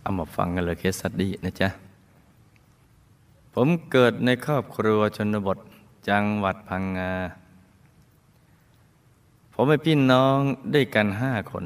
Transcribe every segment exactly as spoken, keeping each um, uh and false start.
เอามาฟังกันเลยเคสสตัดดี้นะจ๊ะผมเกิดในครอบครัวชนบทจังหวัดพังงาผมเป็นพี่น้องด้วยกันห้าคน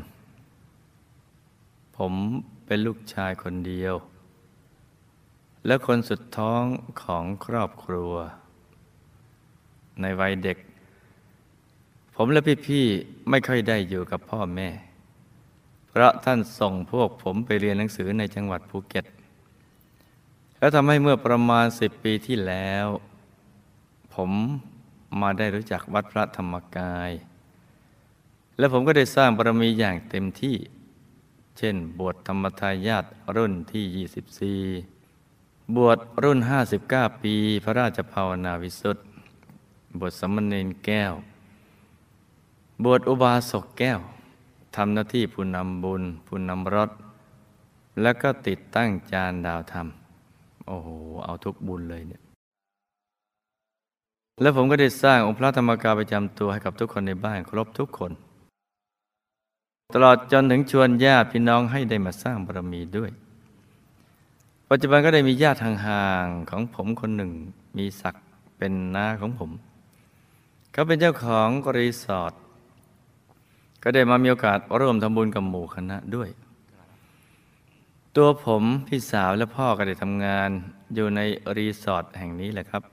ผมเป็นลูกชายคนเดียวและคนสุดท้องของครอบครัวในวัยเด็กผมและพี่ๆไม่ค่อยได้อยู่กับพ่อแม่เพราะท่านส่งพวกผมไปเรียนหนังสือในจังหวัดภูเก็ตแล้วทำให้เมื่อประมาณสิบปีที่แล้วผมมาได้รู้จักวัดพระธรรมกายและผมก็ได้สร้างบารมีอย่างเต็มที่เช่นบวชธรรมทายาทรุ่นที่ยี่สิบสี่บวชรุ่นห้าสิบเก้าปีพระราชภาวนาวิสุทธิ์บวชสามเณรแก้วบวชอุบาสกแก้วทำหน้าที่ผู้นำบุญผู้นำรถแล้วก็ติดตั้งจานดาวธรรมโอ้โหเอาทุกบุญเลยเนี่ยแล้วผมก็ได้สร้างองค์พระธรรมกายประจำตัวให้กับทุกคนในบ้านครบทุกคนตลอดจนถึงชวนญาติพี่น้องให้ได้มาสร้างบารมีด้วยปัจจุบันก็ได้มีญาติห่างๆของผมคนหนึ่งมีศักดิ์เป็นน้าของผมเขาเป็นเจ้าของรีสอร์ทก็ได้มามีโอกาสร่วมทำบุญกับหมู่คณะด้วยตัวผมพี่สาวและพ่อก็ได้ทำงานอยู่ในรีสอร์ทแห่งนี้แหละครับ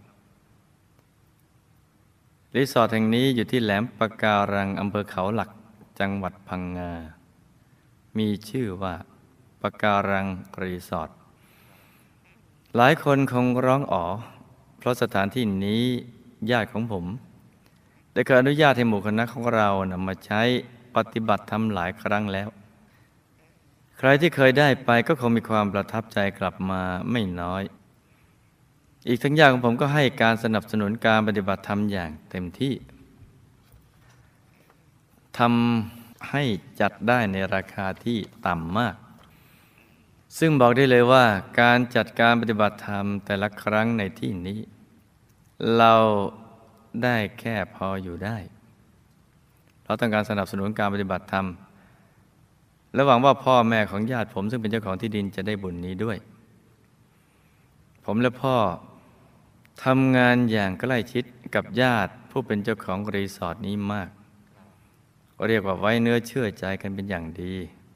รีสอร์ทแห่งนี้อยู่ที่แหลมปะการังอำเภอเขาหลักจังหวัดพังงามีชื่อว่าปะการังรีสอร์ทหลายคนคงร้องอ๋อเพราะสถานที่นี้ญาติของผมได้เคยอนุญาตให้หมู่คณะของเรานำมาใช้ปฏิบัติธรรมหลายครั้งแล้วใครที่เคยได้ไปก็คงมีความประทับใจกลับมาไม่น้อยอีกทั้งญาติของผมก็ให้การสนับสนุนการปฏิบัติธรรมอย่างเต็มที่ทำให้จัดได้ในราคาที่ต่ำมากซึ่งบอกได้เลยว่าการจัดการปฏิบัติธรรมแต่ละครั้งในที่นี้เราได้แค่พออยู่ได้เราต้องการสนับสนุนการปฏิบัติธรรมและหวังว่าพ่อแม่ของญาติผมซึ่งเป็นเจ้าของที่ดินจะได้บุญนี้ด้วยผมและพ่อทำงานอย่างใกล้ชิดกับญาติผู้เป็นเจ้าของรีสอร์ทนี้มากเรียกว่าไว้เนื้อเชื่อใจกันเป็นอย่างดี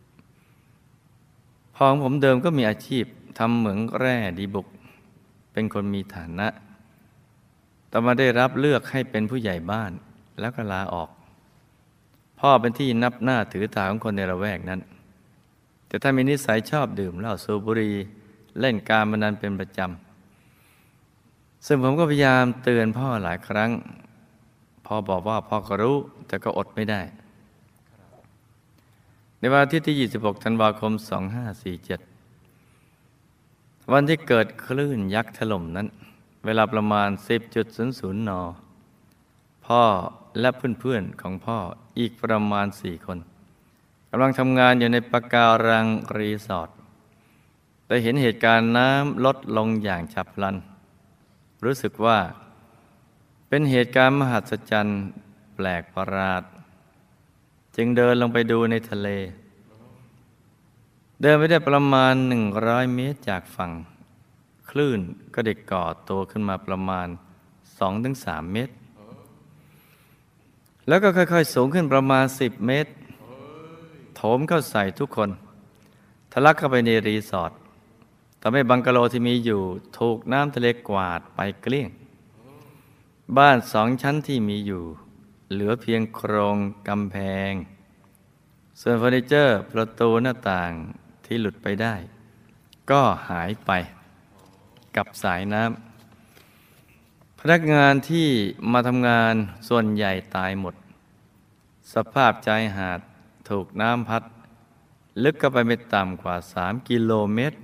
พ่อของผมเดิมก็มีอาชีพทำเหมืองแร่ดีบุกเป็นคนมีฐานะต่อมาได้รับเลือกให้เป็นผู้ใหญ่บ้านแล้วก็ลาออกพ่อเป็นที่นับหน้าถือตาของคนในละแวกนั้นแต่ถ้ามีนิสัยชอบดื่มเหล้าสูบบุหรี่เล่นการพนันเป็นประจำซึ่งผมก็พยายามเตือนพ่อหลายครั้งพ่อบอกว่าพ่อก็รู้แต่ก็อดไม่ได้ในวันอาทิตย์ที่ยี่สิบหกธันวาคมสองพันห้าร้อยสี่สิบเจ็ดวันที่เกิดคลื่นยักษ์ถล่มนั้นเวลาประมาณ สิบนาฬิกา นพ่อและเพื่อนๆของพ่ออีกประมาณสี่คนกำลังทำงานอยู่ในปะการังรีสอร์ทได้เห็นเหตุการณ์น้ำลดลงอย่างฉับพลันรู้สึกว่าเป็นเหตุการณ์มหัศจรรย์แปลกประหลาดจึงเดินลงไปดูในทะเลเดินไปได้ประมาณหนึ่งร้อยเมตรจากฝั่งคลื่นก็ได้ก่อตัวขึ้นมาประมาณ สองถึงสาม เมตรแล้วก็ค่อยๆสูงขึ้นประมาณสิบเมตรโถมเข้าใส่ทุกคนทะลักเข้าไปในรีสอร์ททำให้บังกะโลที่มีอยู่ถูกน้ำทะเลกวาดไปเกลี้ยงบ้านสองชั้นที่มีอยู่เหลือเพียงโครงกำแพงส่วนเฟอร์นิเจอร์ประตูหน้าต่างที่หลุดไปได้ก็หายไปกับสายน้ำพนักงานที่มาทำงานส่วนใหญ่ตายหมดสภาพชายหาดถูกน้ำพัดลึกเข้าไปไม่ต่ำกว่าสามกิโลเมตร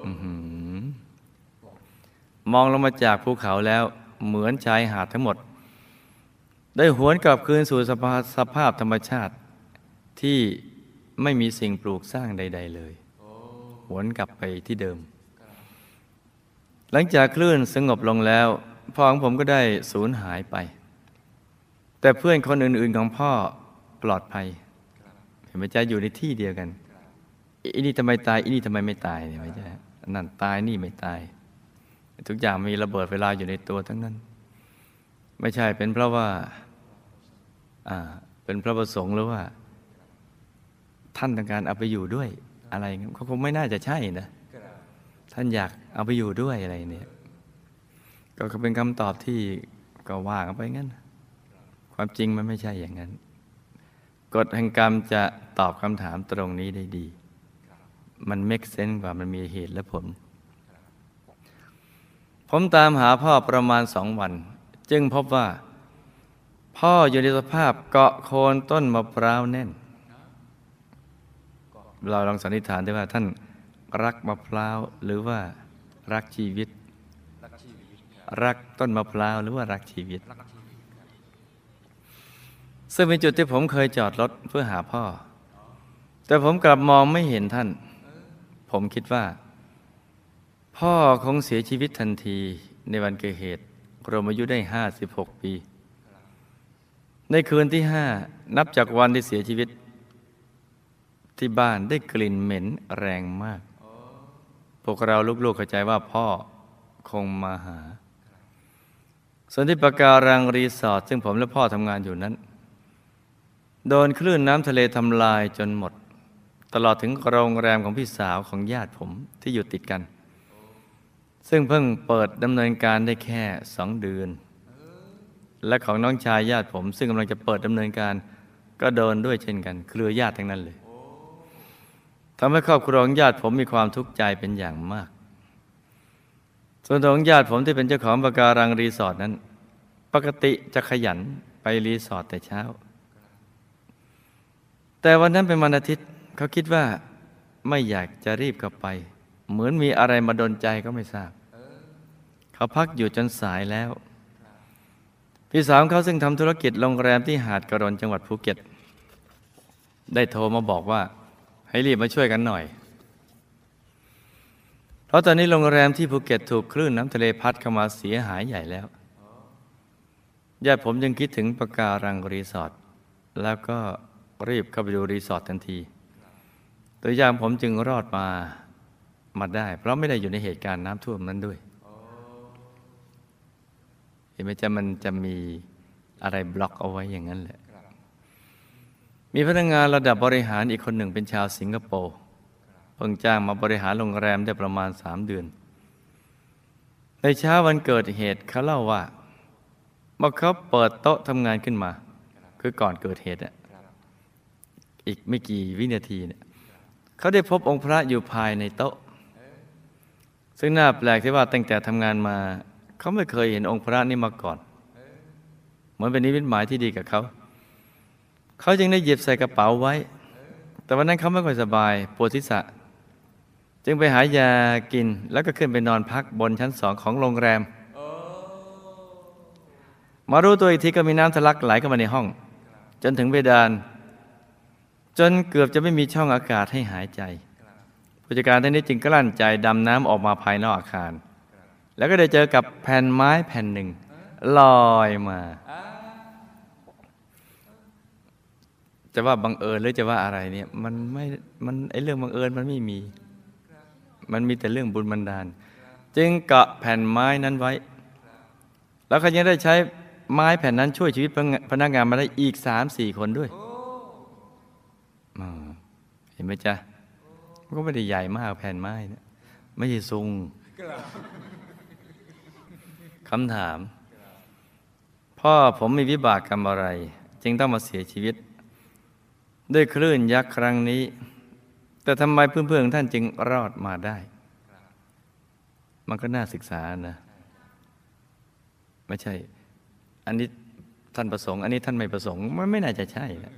มองลงมาจากภูเขาแล้วเหมือนชายหาดทั้งหมดได้หวนกลับคืนสู่สภาพสภาพธรรมชาติที่ไม่มีสิ่งปลูกสร้างใดๆเลยหวนกลับไปที่เดิมหลังจากคลื่นสงบลงแล้วพ่อของผมก็ได้สูญหายไปแต่เพื่อนคนอื่นๆของพ่อปลอดภัยเห็นไหมจ๊ะอยู่ในที่เดียวกันอีนี่ทำไมตายอีนี่ทำไมไม่ตายเนี่ยไม่ใช่นั่นตายนี่ไม่ตายทุกอย่างมีระเบิดเวลาอยู่ในตัวทั้งนั้นไม่ใช่เป็นเพราะว่าอ่าเป็นพระประสงค์หรือว่าท่านต้องการเอาไปอยู่ด้วยอะไรเงี้ยเขาคงไม่น่าจะใช่นะท่านอยากเอาไปอยู่ด้วยอะไรเนี่ยก็เป็นคำตอบที่ก็ว่ากันไปงั้นความจริงมันไม่ใช่อย่างนั้นกฎแห่งกรรมจะตอบคำถามตรงนี้ได้ดีมันเมคเซนส์กว่ามันมีเหตุและผลผมตามหาพ่อประมาณสองวันจึงพบว่าพ่ออยู่ในสภาพเกาะโคนต้นมะพร้าวแน่นเราลองสันนิษฐานได้ว่าท่านรักมะพร้าวหรือว่ารักชีวิตรักต้นมะพร้าวหรือว่ารักชีวิตซึ่งเป็นจุดที่ผมเคยจอดรถเพื่อหาพ่อแต่ผมกลับมองไม่เห็นท่านผมคิดว่าพ่อคงเสียชีวิตทันทีในวันเกิดเหตุรวมอายุได้ห้าสิบหกปีในคืนที่ห้านับจากวันที่เสียชีวิตที่บ้านได้กลิ่นเหม็นแรงมากพวกเราลูกๆเข้าใจว่าพ่อคงมาหาส่วนที่ปะการังรีสอร์ทซึ่งผมและพ่อทำงานอยู่นั้นโดนคลื่นน้ำทะเลทำลายจนหมดตลอดถึงโรงแรมของพี่สาวของญาติผมที่อยู่ติดกันซึ่งเพิ่งเปิดดำเนินการได้แค่สองเดือนและของน้องชายญาติผมซึ่งกำลังจะเปิดดำเนินการก็โดนด้วยเช่นกันเครือญาติทั้งนั้นเลยทำให้ครอบครัวของญาติผมมีความทุกข์ใจเป็นอย่างมากส่วนของญาติผมที่เป็นเจ้าของปะการังรีสอร์ทนั้นปกติจะขยันไปรีสอร์ทแต่เช้าแต่วันนั้นเป็นวันอาทิตย์เขาคิดว่าไม่อยากจะรีบเข้าไปเหมือนมีอะไรมาดลใจก็ไม่ทราบเขาพักอยู่จนสายแล้วพี่สาวเขาซึ่งทำธุรกิจโรงแรมที่หาดกระโดนจังหวัดภูเก็ตได้โทรมาบอกว่าให้รีบมาช่วยกันหน่อยเพราะตอนนี้โรงแรมที่ภูเก็ตถูกคลื่นน้ำทะเลพัดเข้ามาเสียหายใหญ่แล้วญาติผมยังคิดถึงปะการังรีสอร์ทแล้วก็รีบเข้าไปดูรีสอร์ททันทีตัวอย่างผมจึงรอดมามาได้เพราะไม่ได้อยู่ในเหตุการณ์น้ำท่วมนั้นด้วยเห็นไหมจ๊ะมันจะมีอะไรบล็อกเอาไว้อย่างนั้นแหละมีพนักงานระดับบริหารอีกคนหนึ่งเป็นชาวสิงคโปร์เพิ่งจ้างมาบริหารโรงแรมได้ประมาณสามเดือนในเช้าวันเกิดเหตุเขาเล่าว่าเมื่อเขาเปิดโต๊ะทำงานขึ้นมาคือก่อนเกิดเหตุอีกไม่กี่วินาทีเนี่ยเขาได้พบองค์พระอยู่ภายในโต๊ะซึ่งน่าแปลกที่ว่าตั้งแต่ทำงานมาเขาไม่เคยเห็นองค์พระนี่มาก่อนเหมือนเป็นนิมิตหมายที่ดีกับเขาเขาจึงได้หยิบใส่กระเป๋าไว้แต่วันนั้นเขาไม่ค่อยสบายปวดศีรษะจึงไปหายากินแล้วก็ขึ้นไปนอนพักบนชั้นสองของโรงแรมมารู้ตัวอีกทีก็มีน้ำทะลักไหลเข้ามาในห้องจนถึงเพดานจนเกือบจะไม่มีช่องอากาศให้หายใจผู้จัดการท่านนี้จึงกลั้นใจดำน้ำออกมาภายนอกอาคารแล้วก็ได้เจอกับแผ่นไม้แผ่นหนึ่งลอยมาจะว่าบังเอิญหรือจะว่าอะไรเนี่ยมันไม่มันไอ้เรื่องบังเอิญมันไม่มีมันมีแต่เรื่องบุญบันดาลจึงเกาะแผ่นไม้นั้นไว้แล้วเขายังได้ใช้ไม้แผ่นนั้นช่วยชีวิตพนักงานมาได้อีกสามสี่คนด้วยเห็นไหมจ๊ะมันก็ไม่ได้ใหญ่มากแผ่นไม้นะไม่ใช่ซุงคำถามพ่อผมมีวิบากกรรมอะไรจึงต้องมาเสียชีวิตด้วยคลื่นยักษ์ครั้งนี้แต่ทำไมเพื่อนๆท่านจึงรอดมาได้มันก็น่าศึกษานะไม่ใช่อันนี้ท่านประสงค์อันนี้ท่านไม่ประสงค์มันไม่น่าจะใช่นะ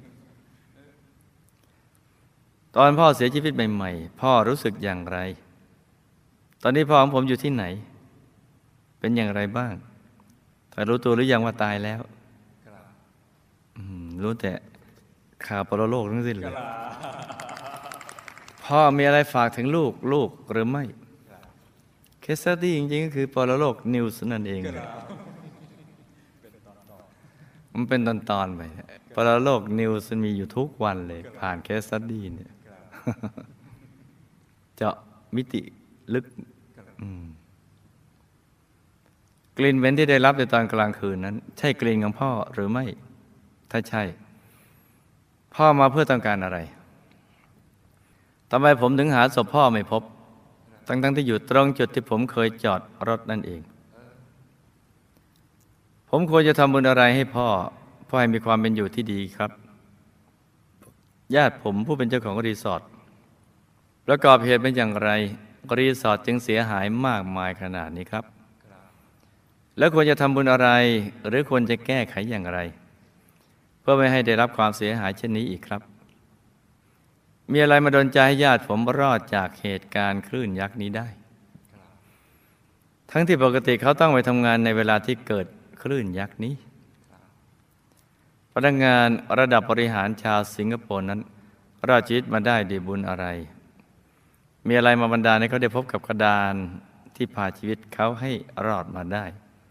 ตอนพ่อเสียชีวิตใหม่ๆพ่อรู้สึกอย่างไรตอนนี้พ่อของผมอยู่ที่ไหนเป็นอย่างไรบ้างถ้ารู้ตัวหรือยังว่าตายแล้วรู้แต่ข่าวปรโลกทั้งสิ้นเลยพ่อมีอะไรฝากถึงลูกลูกหรือไม่เคสสตี้จริงๆก็คือปรโลกนิวส์นั่นเองมันเป็นตอนๆไปปรโลกนิวส์มีอยู่ทุกวันเลยผ่านเคสสตี้เนี่ยเจาะมิติลึกกลิ่นเหม็นที่ได้รับในตอนกลางคืนนั้นใช่กลิ่นของพ่อหรือไม่ถ้าใช่พ่อมาเพื่อต้องการอะไรทำไมผมถึงหาศพพ่อไม่พบทั้งๆที่อยู่ตรงจุดที่ผมเคยจอดรถนั่นเองผมควรจะทำบุญอะไรให้พ่อเพื่อให้มีความเป็นอยู่ที่ดีครับญาติผมผู้เป็นเจ้าของรีสอร์ทประกอบเหตุเป็นอย่างไรรีสอร์ทจึงเสียหายมากมายขนาดนี้ครับแล้วควรจะทำบุญอะไรหรือควรจะแก้ไขอย่างไรเพื่อไม่ให้ได้รับความเสียหายเช่นนี้อีกครับมีอะไรมาดลใจให้ญาติผมรอดจากเหตุการณ์คลื่นยักษ์นี้ได้ทั้งที่ปกติเขาต้องไปทำงานในเวลาที่เกิดคลื่นยักษ์นี้พนักงานระดับบริหารชาวสิงคโปร์นั้นรอดชีวิตมาได้ด้วยบุญอะไรมีอะไรมาบันดาลให้เขาได้พบกับกระดานที่พาชีวิตเขาให้รอดมาได้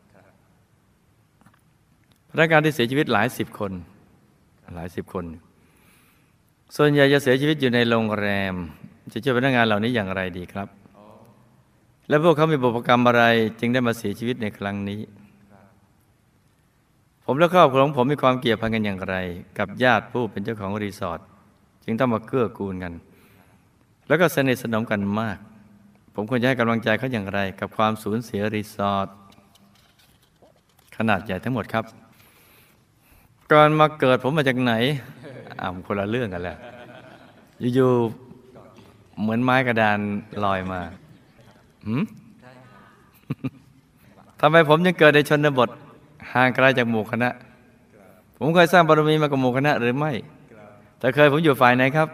พนักงานที่เสียชีวิตหลายสิบคนหลายสิบคนส่วนใหญ่จะเสียชีวิตอยู่ในโรงแรมจะช่วยพนักงานเหล่านี้อย่างไรดีครับและพวกเขามีบุพกรรมอะไรจึงได้มาเสียชีวิตในครั้งนี้ผมและครอบครัวของผมมีความเกี่ยวพันกันอย่างไรกับญาติผู้เป็นเจ้าของรีสอร์ทจึงต้องมาเกื้อกูลกันแล้วก็สนิทสนมกันมากผมควรจะให้กำลังใจเขาอย่างไรกับความสูญเสียรีสอร์ทขนาดใหญ่ทั้งหมดครับก่อนมาเกิดผมมาจากไหนอ่าคนละเรื่องกันแล้วอยู่ๆเหมือนไม้กระดานลอยมาหืมทำไมผมยังเกิดในชนบทห่างไกลจากหมู่คณะผมเคยสร้างบารมีมากับหมู่คณะหรือไม่แต่เคยผมอยู่ฝ่ายไหนครับ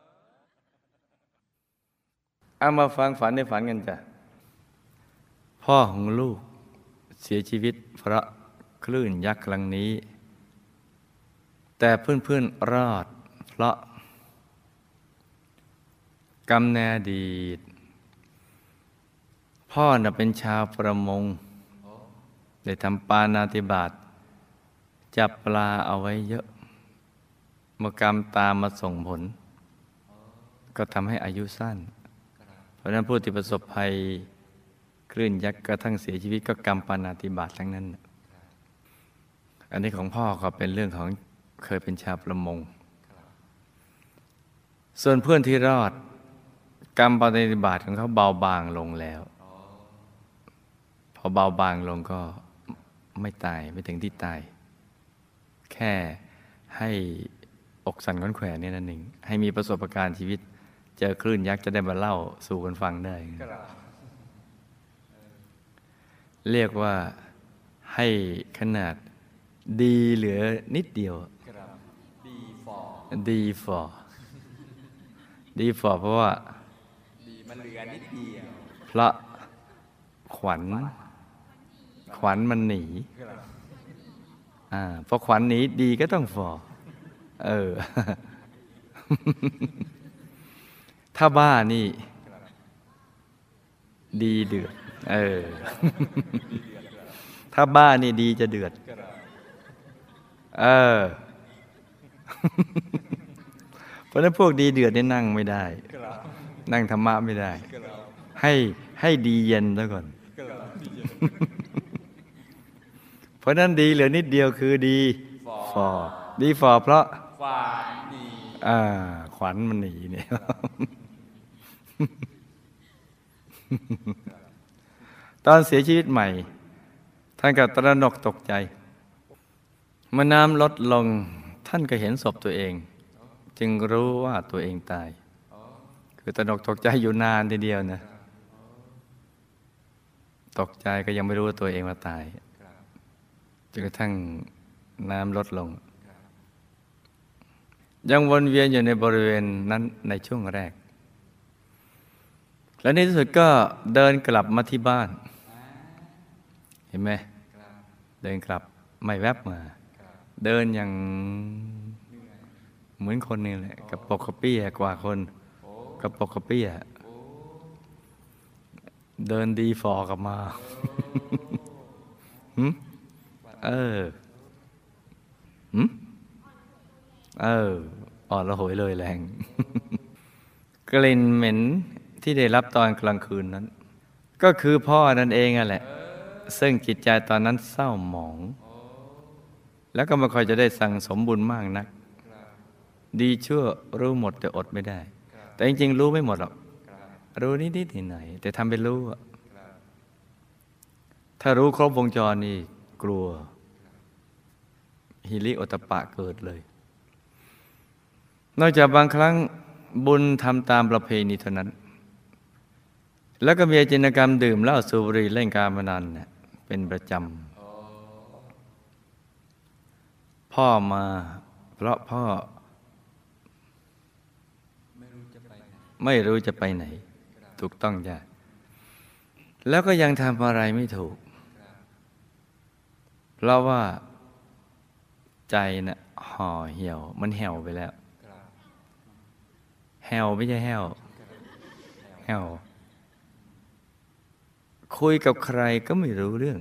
เอามาฟังฝันในฝันกันจ้ะพ่อของลูกเสียชีวิตเพราะคลื่นยักษ์ครั้งนี้แต่เพื่อนๆรอดเพราะกรรมในอดีตพ่อน่ะเป็นชาวประมงได้ทำปาณาติบาตจับปลาเอาไว้เยอะเมื่อกรรมตามมาส่งผลก็ทำให้อายุสั้นเพราะนั้นผู้ที่ประสบภัยคลื่นยักษ์กระทั่งเสียชีวิตก็กรรมปาณาติบาตทั้งนั้นอันนี้ของพ่อก็เป็นเรื่องของเคยเป็นชาวประมงส่วนเพื่อนที่รอดกรรมปาณาติบาตของเขาเบาบางลงแล้วพอเบาบางลงก็ไม่ตายไม่ถึงที่ตายแค่ให้อกสั่นขวัญแขวนนี่นั่นเองให้มีประสบการณ์ชีวิตเจอคลื่นยักษ์จะได้มาเล่าสู่กันฟังได้เรียกว่าให้ขนาดดีเหลือนิดเดียวดีฟอดีฟอดีฟอเพราะว่าดีมันเหลือนิดเดียวเพราะขวัญขวัญมันหนีอ่าพอขวัญหนีดีก็ต้องฟอเออถ้าบ้านี่ดีเดือดเออถ้าบ้านี่ดีจะเดือดเออเพราะนั้นพวกดีเดือดนี่นั่งไม่ได้นั่งธรรมะไม่ได้ให้ให้ดีเย็นซะก่อนเพราะนั้นดีเหลือนิดเดียวคือดีฟอดีฟอเพราะขวัญหนีอ่าขวัญมันหนีเนี่ยตอนเสียชีวิตใหม่ท่านก็ตระหนกตกใจเมื่อน้ำลดลงท่านก็เห็นศพตัวเองจึงรู้ว่าตัวเองตายคือตระหนกตกใจอยู่นานทีเดียวนะตกใจก็ยังไม่รู้ว่าตัวเองว่าตายจนกระทั่งน้ำลดลงยังวนเวียนอยู่ในบริเวณนั้นในช่วงแรกและในที่สุดก็เดินกลับมาที่บ้านเห็นไหมเดินกลับไม่แวบมาเดินอย่างเหมือนคนนี่แหละกับปกกระเปี้ยกว่าคนกับปกกระเปี้ยเดินดีฟอกลับมาหืมเออหืมเอออ่อนระหยเลยแรงกลิ่นเหม็นที่ได้รับตอนกลางคืนนั้นก็คือพ่อนั่นเองอ่ะแหละซึ่งจิตใจตอนนั้นเศร้าหมองแล้วก็ไม่ค่อยจะได้สั่งสมบุญมากนักดีชั่วรู้หมดแต่อดไม่ได้แต่จริงๆรู้ไม่หมดหรอกรู้นิดๆหน่อยๆแต่ทำเป็นรู้อะถ้ารู้ครบวงจรนี่กลัวฮิริโอตตัปปะเกิดเลยนอกจากบางครั้งบุญทำตามประเพณีเท่านั้นแล้วก็มีอาจินกรรมดื่มเหล้าสูบบุหรี่เล่นการพนันเนี่ยเป็นประจำพ่อมาเพราะพ่อไม่รู้จะไปไหนไม่รู้จะไปไหนถูกต้องจ้ะแล้วก็ยังทำอะไรไม่ถูกเพราะว่าใจน่ะห่อเหี่ยวมันแห่วไปแล้วแห่วไม่ใช่แห่วแห่วคุยกับใครก็ไม่รู้เรื่อง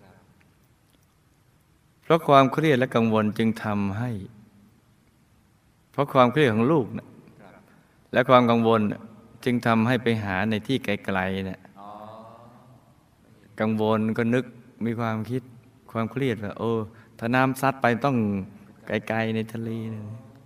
เพราะความเครียดและกังวลจึงทำให้เพราะความเครียดของลูกนะและความกังวลจึงทำให้ไปหาในที่ไกลๆเนี่ยกังวลก็นึกมีความคิดความเครียดว่าโอ้ถ้าน้ำซัดไปต้องไกลๆในทะเลนะ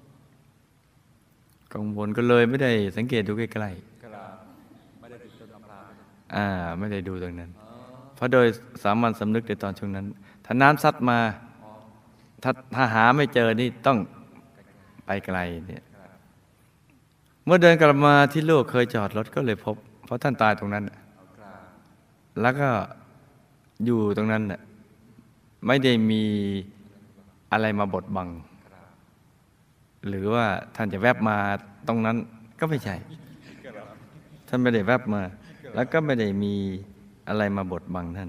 กังวลก็เลยไม่ได้สังเกตดูใกล้ๆไม่ได้ดูต้นมะพร้าวอ่าไม่ได้ดูตรงนั้นเพราะโดยสามัญสำนึกในตอนช่วงนั้นถ้าน้ำซัดมาถ้าถ้าหาไม่เจอนี่ต้องไปไกลเนี่ยเมื่อเดินกลับมาที่ลูกเคยจอดรถก็เลยพบเพราะท่านตายตรงนั้นแล้วก็อยู่ตรงนั้นไม่ได้มีอะไรมาบดบังหรือว่าท่านจะแวบมาตรงนั้นก็ไม่ใช่ท่านไม่ได้แวบมาแล้วก็ไม่ได้มีอะไรมาบดบังท่าน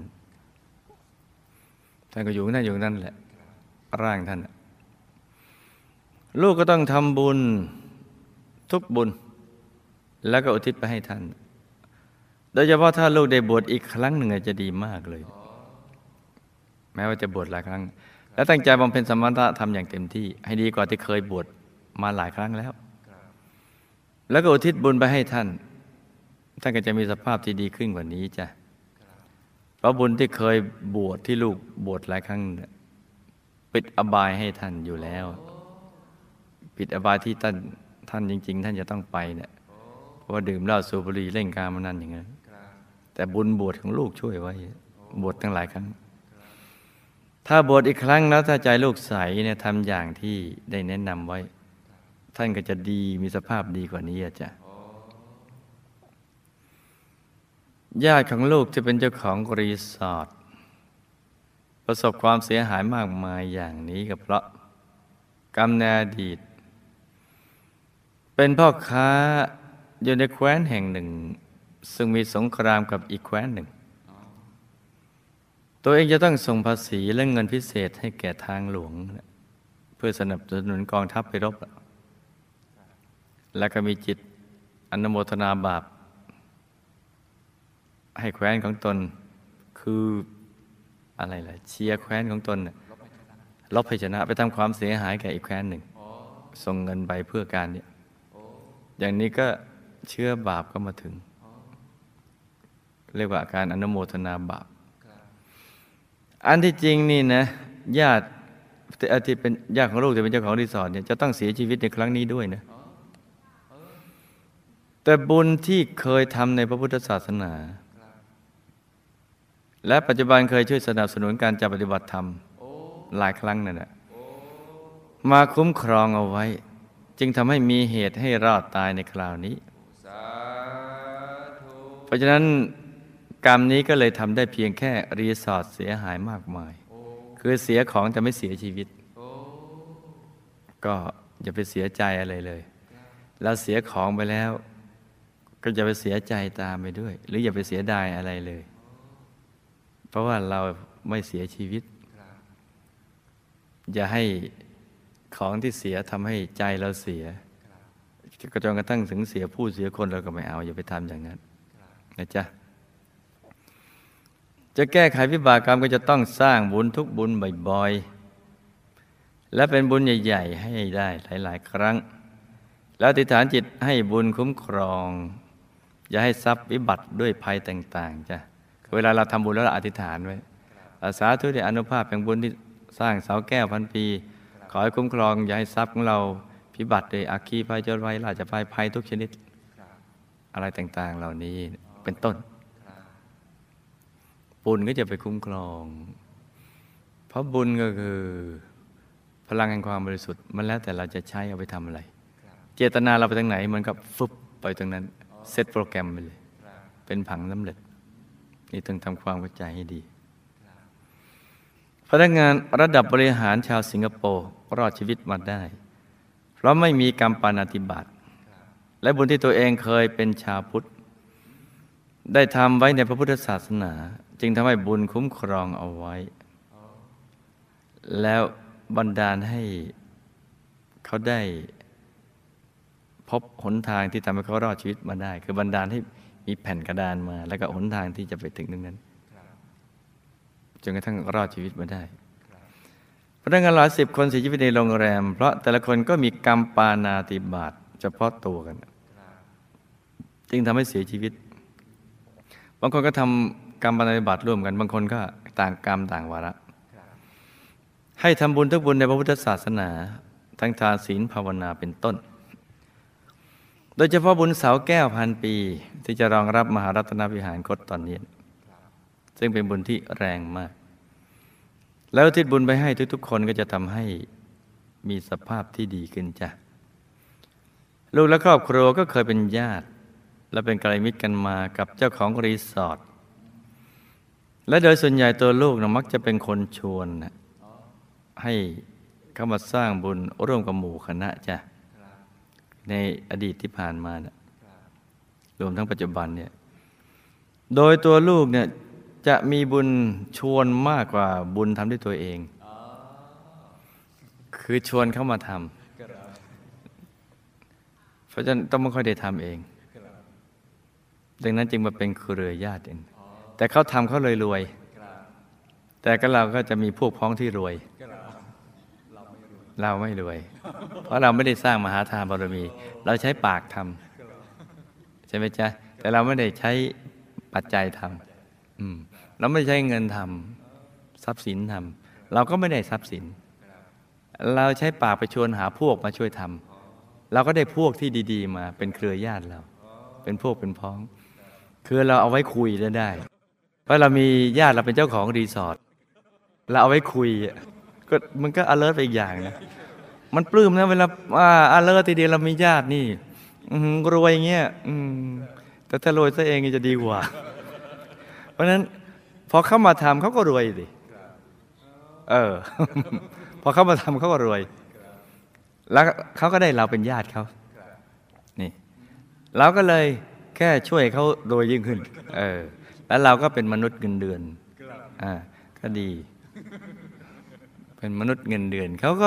ท่านก็อยู่นั่นอยู่นั่นแหละร่างท่านลูกก็ต้องทำบุญทุกบุญแล้วก็อุทิศไปให้ท่านโดยเฉพาะถ้าลูกได้บวชอีกครั้งหนึ่งจะดีมากเลยแม้ว่าจะบวชหลายครั้งและตั้งใจบำเพ็ญสมณธรรมอย่างเต็มที่ให้ดีกว่าที่เคยบวชมาหลายครั้งแล้วแล้วก็อุทิศบุญไปให้ท่านท่านก็จะมีสภาพที่ดีขึ้นกว่านี้จ้ะเพราะบุญที่เคยบวชที่ลูกบวชหลายครั้งปิดอบายให้ท่านอยู่แล้วปิดอบายที่ท่านท่านจริงๆท่านจะต้องไปเนี่ยเพราะว่าดื่มเหล้าสูบบุหรี่เล่นการพนันอย่างนั้นแต่บุญบวชของลูกช่วยไว้บวชตั้งหลายครั้งถ้าบวชอีกครั้งแล้วถ้าใจลูกใสเนี่ยทำอย่างที่ได้แนะนำไว้ท่านก็จะดีมีสภาพดีกว่านี้จ้ะญาติของลูกจะเป็นเจ้าของรีสอร์ทประสบความเสียหายมากมายอย่างนี้ก็เพราะกรรมในอดีตเป็นพ่อค้าอยู่ในแคว้นแห่งหนึ่งซึ่งมีสงครามกับอีกแคว้นหนึ่งตัวเองจะต้องส่งภาษีและเงินพิเศษให้แก่ทางหลวงเพื่อสนับสนุนกองทัพไปรบและก็มีจิตอนุโมทนาบาปให้แคว้นของตนคืออะไรล่ะเชียร์แคว้นของตนลบให้ชนะไปทำความเสียหายแก่อีกแคว้นหนึ่งส่งเงินไปเพื่อการนี้อย่างนี้ก็เชื่อบาปก็มาถึงเรียกว่าการอนุโมทนาบาปอันที่จริงนี่นะญาติที่เป็นญาติของลูกที่เป็นเจ้าของรีสอร์ทเนี่ยจะต้องเสียชีวิตในครั้งนี้ด้วยนะแต่บุญที่เคยทำในพระพุทธศาสนาและปัจจุบันเคยช่วยสนับสนุนการจัดปฏิบัติธรรมหลายครั้งนั่นแหละมาคุ้มครองเอาไว้จึงทำให้มีเหตุให้รอดตายในคราวนี้เพราะฉะนั้นกรรมนี้ก็เลยทำได้เพียงแค่รีสอร์ทเสียหายมากมายคือเสียของแต่ไม่เสียชีวิตก็อย่าไปเสียใจอะไรเลยแล้วเสียของไปแล้วก็อย่าไปเสียใจตามไปด้วยหรืออย่าไปเสียดายอะไรเลยเพราะว่าเราไม่เสียชีวิตอย่าให้ของที่เสียทำให้ใจเราเสียก็จนกระทั่งถึงเสียผู้เสียคนเราก็ไม่เอาอย่าไปทำอย่างนั้นนะจ๊ะจะแก้ไขวิบากกรรมก็จะต้องสร้างบุญทุกบุญบ่อยๆและเป็นบุญใหญ่ๆให้ได้หลายๆครั้งแล้วอธิษฐานจิตให้บุญคุ้มครองอย่าให้ทรัพย์วิบัติด้วยภัยต่างๆจ้ะเวลาเราทำบุญแล้วเราอธิษฐานไว้สาธุด้วยอนุภาพแห่งบุญที่สร้างเสาแก้วพันปีขอให้คุ้มครองอย่าให้ทรัพย์ของเราพิบัติด้วยอัคคีภัยโจรภัยราชภัยภัยทุกชนิดอะไรต่างๆเหล่านี้เป็นต้นบุญก็จะไปคุ้มครองเพราะบุญก็คือพลังแห่งความบริสุทธิ์มันแล้วแต่เราจะใช้เอาไปทำอะไรเจตนาเราไปทางไหนมันก็ฟึบไปตรงนั้นเซตโปรแกรมไปเลยเป็นผังสำเร็จนี่ต้องทำความเข้าใจให้ดีพนักงานระดับบริหารชาวสิงคโปร์รอดชีวิตมาได้เพราะไม่มีกรรมปาณาติบาตและบุญที่ตัวเองเคยเป็นชาวพุทธได้ทำไว้ในพระพุทธศาสนาจึงทำให้บุญคุ้มครองเอาไว้แล้วบันดาลให้เขาได้พบหนทางที่ทำให้เขารอดชีวิตมาได้คือบันดาลให้มีแผ่นกระดานมาแล้วก็หนทางที่จะไปถึงตรงนั้นจนกระทั่งรอดชีวิตมาได้พนักงานหลายสิบคนเสียชีวิตในโรงแรมเพราะแต่ละคนก็มีกรรมปาณาติบาตเฉพาะตัวกันจึงทำให้เสียชีวิตบางคนก็ทำกรรมปาณาติบาตร่วมกันบางคนก็ต่างกรรมต่างวาระให้ทำบุญทุกบุญในพระพุทธศาสนาทั้งทานศีลภาวนาเป็นต้นโดยเฉพาะบุญเสาแก้วพันปีที่จะรองรับมหารัตนวิหารคตตอนนี้ซึ่งเป็นบุญที่แรงมากแล้วทิศบุญไปให้ทุกๆคนก็จะทำให้มีสภาพที่ดีขึ้นจ้ะลูกและครอบครัวก็เคยเป็นญาติและเป็นกัลยาณมิตรกันมากับเจ้าของรีสอร์ทและโดยส่วนใหญ่ตัวลูกนะมักจะเป็นคนชวนให้เข้ามาสร้างบุญร่วมกับหมู่คณะจ้ะในอดีตที่ผ่านมานะรวมทั้งปัจจุบันเนี่ยโดยตัวลูกเนี่ยจะมีบุญชวนมากกว่าบุญทำด้วยตัวเองคือชวนเข้ามาทำเพราะฉะนั้นต้องไม่ค่อยได้ทำเองดังนั้นจึงมาเป็นเครือญาติเองแต่เขาทำเขาเลยรวยแต่ก็เราก็จะมีพวกพ้องที่รวยเราไม่รวยเพราะเราไม่ได้สร้างมหาทานบารมีเราใช้ปากทำใช่ไหมจ๊ะแต่เราไม่ได้ใช้ปัจจัยทำอืมเราไม่ใช้เงินทำทรัพย์สินทำเราก็ไม่ได้ทรัพย์สินเราใช้ปากไปชวนหาพวกมาช่วยทำเราก็ได้พวกที่ดีๆมาเป็นเครือญาติเราเป็นพวกเป็นพ้องคือเราเอาไว้คุยได้ได้เพราะเรามีญาติเราเป็นเจ้าของรีสอร์ทเราเอาไว้คุยก็มันก็ alert ไปอีกอย่างนะมันปลื้มนะเวลาว่า alert ทีเดียวเรามีญาตินี่รวยอย่างเงี้ยแต่ถ้ารวยซะเองจะดีกว่าเพราะฉะนั้นพอเข้ามาทำเขาก็รวยดิเออพอเข้ามาทำเขาก็รวยแล้วเขาก็ได้เราเป็นญาติเขานี่เราก็เลยแค่ช่วยเขารวยยิ่งขึ้นเออแล้วเราก็เป็นมนุษย์เงินเดือนอ่าก็ดีเป็นมนุษย์เงินเดือนเขาก็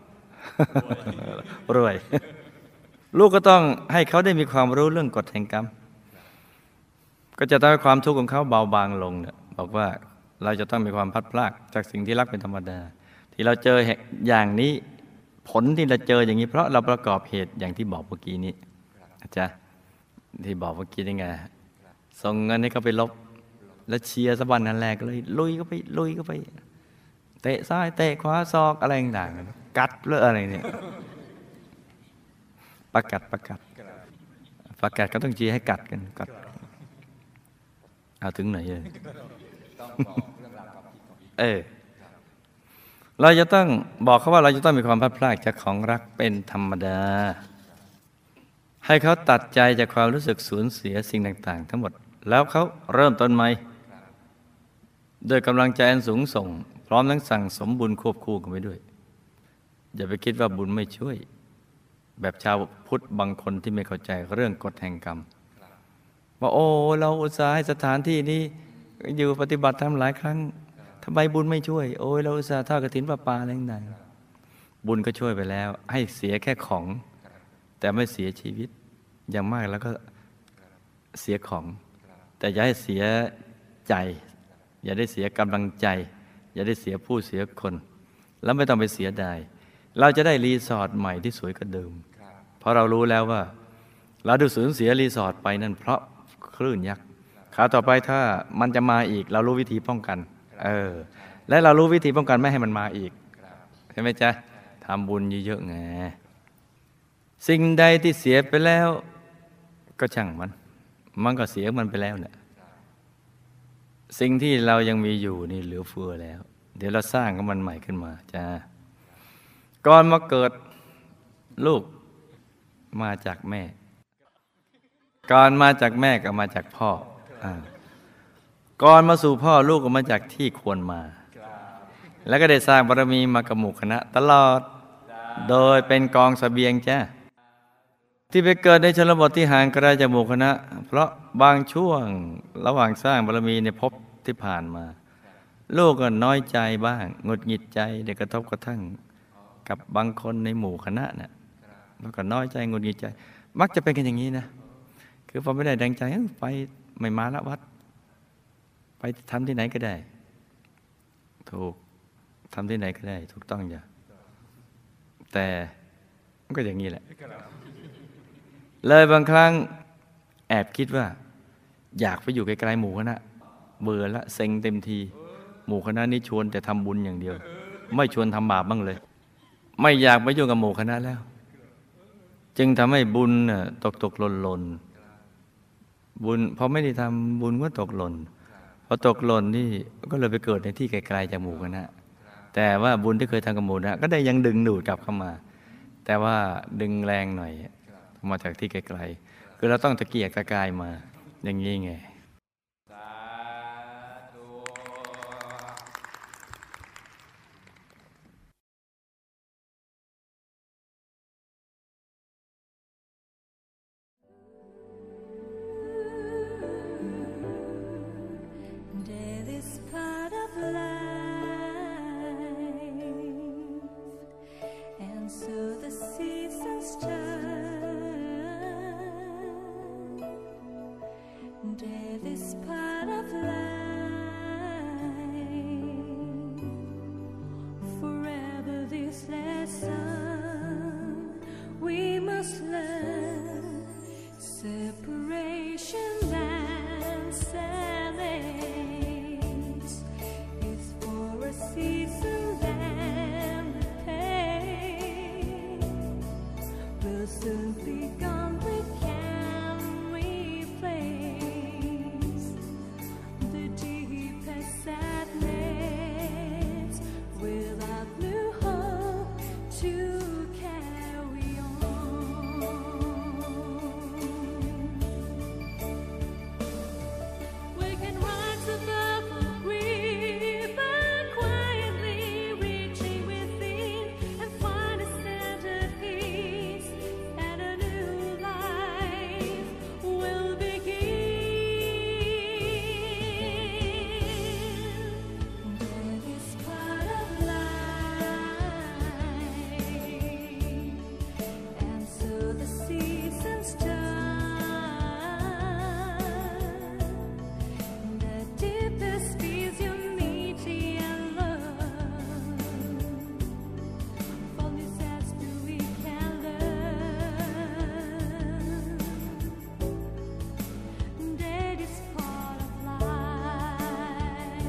รวยลูกก็ต้องให้เขาได้มีความรู้เรื่องกฎแห่งกรรมก็จะทำให้ความทุกข์ของเขาเบาบางลงเนี่ยบอกว่าเราจะต้องมีความพัดพลากจากสิ่งที่รักเป็นธรรมดาที่เราเจออย่างนี้ผลที่เราเจออย่างนี้เพราะเราประกอบเหตุอย่างที่บอกเมื่อกี้นี้นะจ๊ะที่บอกเมื่อกี้นี่ไงส่งเงินให้เขาไปลบแล้วเชียร์สะบันนั่นแรกเลยลุยก็ไปลุยก็ไปเตะซ้ายเตะขวาซอกอะไรต่างๆกัดหรืออะไรเนี่ยประกัดประกัดประกัดก็ต้องเชียร์ให้กัดกันกัดเอาถึงไหนเลยเออเราจะต้องบอกเขาว่าเราจะต้องมีความพลาดพลาดจากของรักเป็นธรรมดาให้เขาตัดใจจากความรู้สึกสูญเสียสิ่งต่างๆทั้งหมดแล้วเขาเริ่มต้นใหม่โดยกำลังใจอันสูงส่งพร้อมทั้งสั่งสมบุญควบคู่กันไปด้วยอย่าไปคิดว่าบุญไม่ช่วยแบบชาวพุทธบางคนที่ไม่เข้าใจเรื่องกฎแห่งกรรมว่าโอ้เราอุตส่าห์ให้สถานที่นี้อยู่ปฏิบัติธรรมหลายครั้งทำไมบุญไม่ช่วยโอ้ยเราอุตส่าห์ทอดกฐินประปาอะไรต่างๆบุญก็ช่วยไปแล้วให้เสียแค่ของแต่ไม่เสียชีวิตอย่างมากแล้วก็เสียของแต่อย่าให้เสียใจอย่าได้เสียกำลังใจอย่าได้เสียผู้เสียคนแล้วไม่ต้องไปเสียดายเราจะได้รีสอร์ทใหม่ที่สวยกว่าเดิมเพราะเรารู้แล้วว่าเราดูสูญเสียรีสอร์ทไปนั่นเพราะคลื่นยักษ์คราวต่อไปถ้ามันจะมาอีกเรารู้วิธีป้องกันเออและเรารู้วิธีป้องกันไม่ให้มันมาอีกใช่ไหมจ๊ะทำบุญเยอะๆไงสิ่งใดที่เสียไปแล้วก็ช่างมันมันก็เสียมันไปแล้วเนี่ยสิ่งที่เรายังมีอยู่นี่เหลือเฟือแล้วเดี๋ยวเราสร้างกับมันใหม่ขึ้นมาจ้าก่อนมาเกิดลูกมาจากแม่ก่อนมาจากแม่ก็มาจากพ่อก่อนมาสู่พ่อลูกก็มาจากที่ควรมาแล้วก็ได้สร้างบารมีมากับหมู่คณะตลอดโดยเป็นกองเสบียงจ้าที่ไปเกิดในชนบทที่ห่างไกลจากหมู่คณะเพราะบางช่วงระหว่างสร้างบารมีในภพที่ผ่านมาลูกก็น้อยใจบ้างหงุดหงิดใจได้กระทบกระทั่งกับบางคนในหมู่คณะน่ะแล้วก็น้อยใจหงุดหงิดใจมักจะเป็นกันอย่างนี้นะคือพอไม่ได้ดังใจไปไม่มาละวัดไปทำที่ไหนก็ได้ถูกทำที่ไหนก็ได้ถูกต้องอย่าแต่มันก็อย่างนี้แหละเลยบางครั้งแอบคิดว่าอยากไปอยู่ไกลๆหมู่คณะเบื่อละเซ็งเต็มทีหมู่คณะนี้ชวนแต่ทำบุญอย่างเดียวไม่ชวนทำบาปบ้างเลยไม่อยากไปอยู่กับหมู่คณะแล้วจึงทำให้บุญตกตกหล่นหล่นบุญพอไม่ได้ทำบุญก็ตกหล่นพอตกหล่นนี่ก็เลยไปเกิดในที่ไกลๆจากหมู่คณะแต่ว่าบุญที่เคยทำกับหมู่คณะก็ได้ยังดึงดูดกลับเข้ามาแต่ว่าดึงแรงหน่อยมาจากที่ไกลๆคือเราต้องตะเกียกตะกายมาอย่างนี้ไง This part of life, forever this lesson we must learn. Separation and sadness is for a season, then the pain will soon be gone. We can replace the deepest sadness without new hope to carry on. We can rise above the grief and quietly reaching within and find a centered peace, and a new life will begin. That is part of life, and so the seasons turn. The deepest peace, unity and love. From disaster we can learn. That is part of life.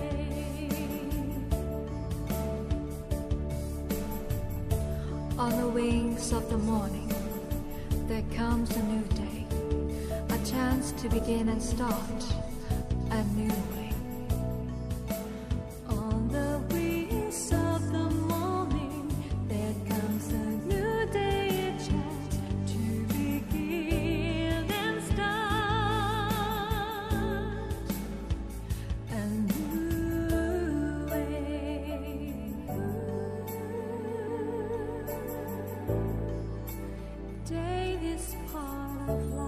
On the wings of the morning, there comes a new day, a chance to begin and start a new way. On the wings of the morning, there comes a new day, a chance to begin and start a new way. Day is part of life.